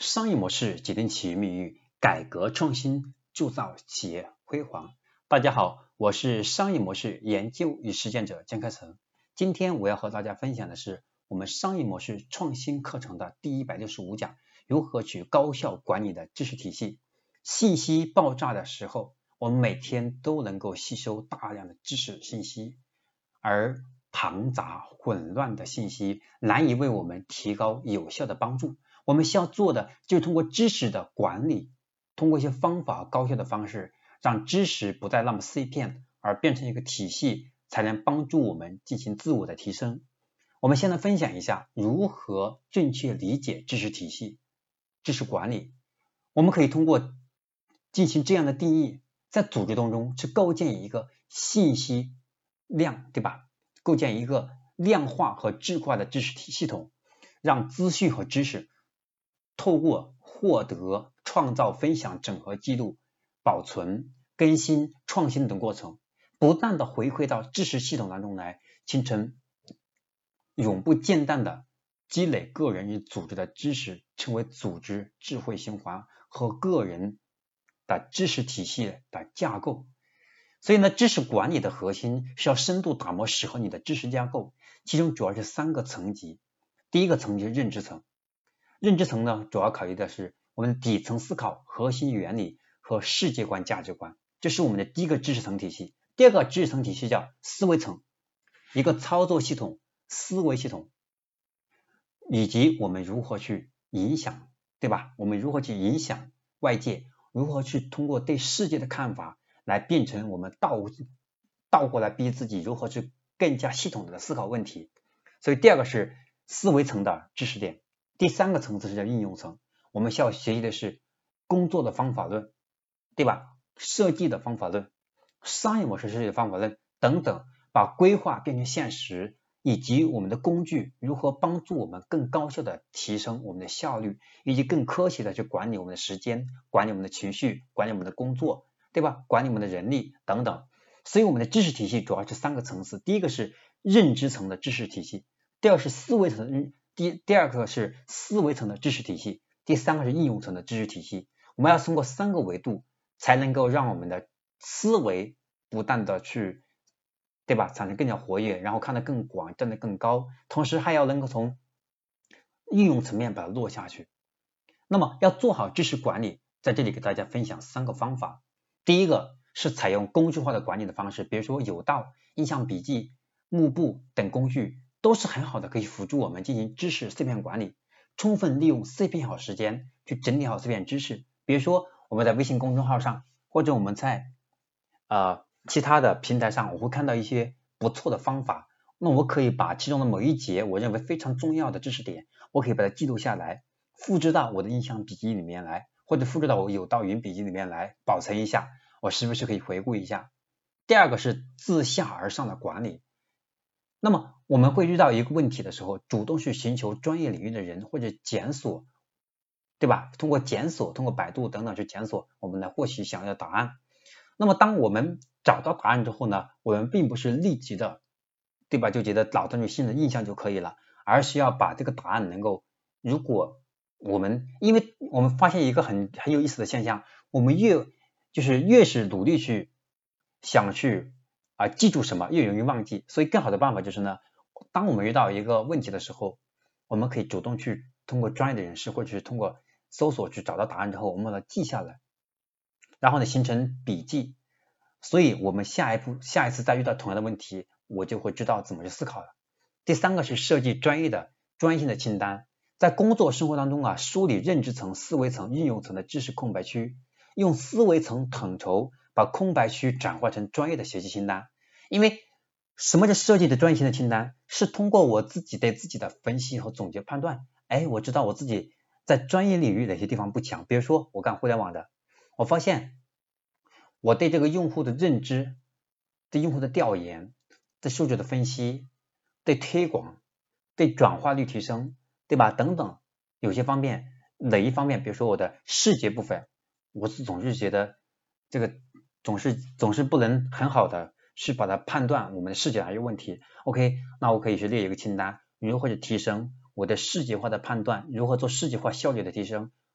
商业模式决定企业命运，改革创新铸造企业辉煌。大家好，我是商业模式研究与实践者江开成。今天我要和大家分享的是我们商业模式创新课程的第165讲，如何去高效管理的知识体系。信息爆炸的时候，我们每天都能够吸收大量的知识信息，而庞杂混乱的信息难以为我们提高有效的帮助。我们需要做的就是通过知识的管理，通过一些方法高效的方式，让知识不再那么碎片，而变成一个体系，才能帮助我们进行自我的提升。我们先来分享一下如何正确理解知识体系、知识管理。我们可以通过进行这样的定义，在组织当中去构建一个信息量，对吧？构建一个量化和质化的知识系统，让资讯和知识透过获得、创造、分享、整合、记录、保存、更新、创新等过程，不断的回馈到知识系统当中来，形成永不间断的积累个人与组织的知识，成为组织智慧循环和个人的知识体系的架构。所以呢，知识管理的核心是要深度打磨适合你的知识架构，其中主要是3个层级。第一个层级是认知层，认知层呢，主要考虑的是我们的底层思考、核心原理和世界观、价值观，这是我们的第一个知识层体系。第二个知识层体系叫思维层，一个操作系统、思维系统，以及我们如何去影响，对吧？我们如何去影响外界，如何去通过对世界的看法来变成我们倒过来逼自己如何去更加系统的思考问题。所以第二个是思维层的知识点。第3个层次是叫应用层，我们需要学习的是工作的方法论，对吧？设计的方法论、商业模式设计的方法论等等，把规划变成现实，以及我们的工具如何帮助我们更高效的提升我们的效率，以及更科学的去管理我们的时间、管理我们的情绪、管理我们的工作，对吧？管理我们的人力等等。所以我们的知识体系主要是3个层次，第一个是认知层的知识体系，第二是思维层，第二个是思维层的知识体系，第3个是应用层的知识体系。我们要通过3个维度，才能够让我们的思维不断的去，对吧？产生更加活跃，然后看得更广，站得更高，同时还要能够从应用层面把它落下去。那么要做好知识管理，在这里给大家分享3个方法。第一个是采用工具化的管理的方式，比如说有道、印象笔记、幕布等工具都是很好的，可以辅助我们进行知识碎片管理，充分利用碎片好时间去整理好碎片知识。比如说我们在微信公众号上，或者我们在其他的平台上，我会看到一些不错的方法，那我可以把其中的某一节我认为非常重要的知识点，我可以把它记录下来，复制到我的印象笔记里面来，或者复制到我有道云笔记里面来保存一下，我时不时可以回顾一下。第二个是自下而上的管理。那么我们会遇到一个问题的时候，主动去寻求专业领域的人，或者检索，对吧？通过检索，通过百度等等去检索，我们来获取想要的答案。那么当我们找到答案之后呢，我们并不是立即的，对吧？就觉得脑中有新的印象就可以了，而是要把这个答案能够，如果因为我们发现一个很有意思的现象，我们越是努力去想去记住什么，越容易忘记。所以更好的办法就是呢，当我们遇到一个问题的时候，我们可以主动去通过专业的人士，或者是通过搜索去找到答案之后，我们把它记下来，然后呢形成笔记。所以我们下一次再遇到同样的问题，我就会知道怎么去思考了。第3个是设计专心的清单，在工作生活当中梳理认知层、思维层、应用层的知识空白区，用思维层统筹，把空白区转化成专业的学习清单。因为什么叫设计的专业性的清单？是通过我自己对自己的分析和总结判断，我知道我自己在专业领域哪些地方不强。比如说我干互联网的，我发现我对这个用户的认知、对用户的调研、对数据的分析、对推广、对转化率提升，对吧？等等，有些方面，哪一方面，比如说我的视觉部分，我总是觉得这个总是不能很好的去把它判断我们的视觉还有问题。OK， 那我可以去列一个清单，如何去提升我的视觉化的判断，如何做视觉化效率的提升，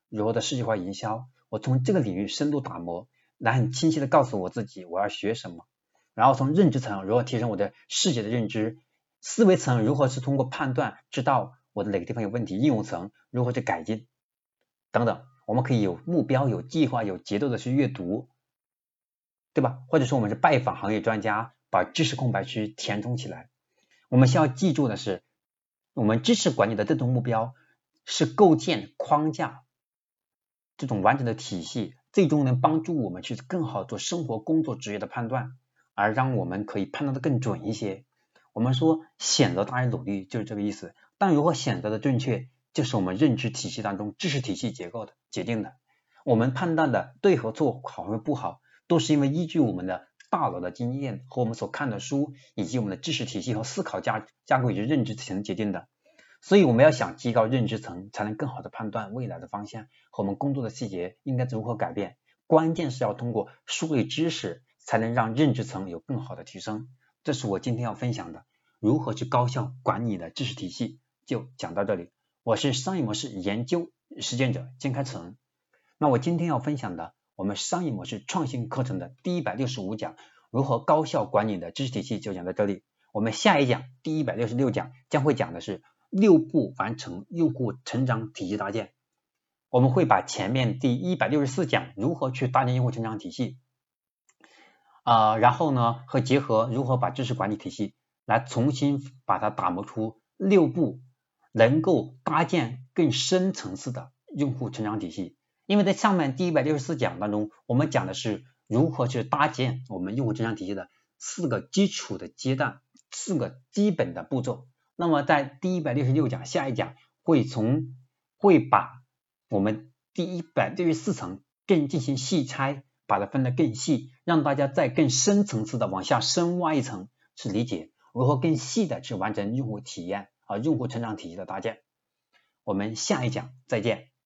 如何的视觉化营销，我从这个领域深度打磨，来很清晰的告诉我自己我要学什么，然后从认知层如何提升我的视觉的认知，思维层如何是通过判断知道我的哪个地方有问题，应用层如何去改进等等，我们可以有目标、有计划、有节奏的去阅读，对吧？或者说我们是拜访行业专家，把知识空白区填充起来。我们需要记住的是，我们知识管理的最终目标是构建框架这种完整的体系，最终能帮助我们去更好做生活、工作、职业的判断，而让我们可以判断的更准一些。我们说选择大于努力，就是这个意思。但如何选择的正确，就是我们认知体系当中知识体系结构的决定的。我们判断的对和错、好和不好，都是因为依据我们的大脑的经验和我们所看的书，以及我们的知识体系和思考架构以及认知层决定的。所以我们要想提高认知层，才能更好的判断未来的方向和我们工作的细节应该如何改变。关键是要通过梳理知识，才能让认知层有更好的提升。这是我今天要分享的，如何去高效管理的知识体系，就讲到这里。我是商业模式研究实践者金开成。那我今天要分享的，我们商业模式创新课程的第165讲，如何高效管理的知识体系就讲到这里。我们下一讲第166讲将会讲的是6步完成用户成长体系搭建。我们会把前面第164讲如何去搭建用户成长体系然后呢和结合如何把知识管理体系来重新把它打磨出6步能够搭建更深层次的用户成长体系。因为在上面第164讲当中，我们讲的是如何去搭建我们用户成长体系的4个基础的阶段，4个基本的步骤。那么在第166讲下一讲会把我们第164层更进行细拆，把它分得更细，让大家在更深层次的往下深挖一层去理解如何更细的去完成用户体验用户成长体系的搭建。我们下一讲再见。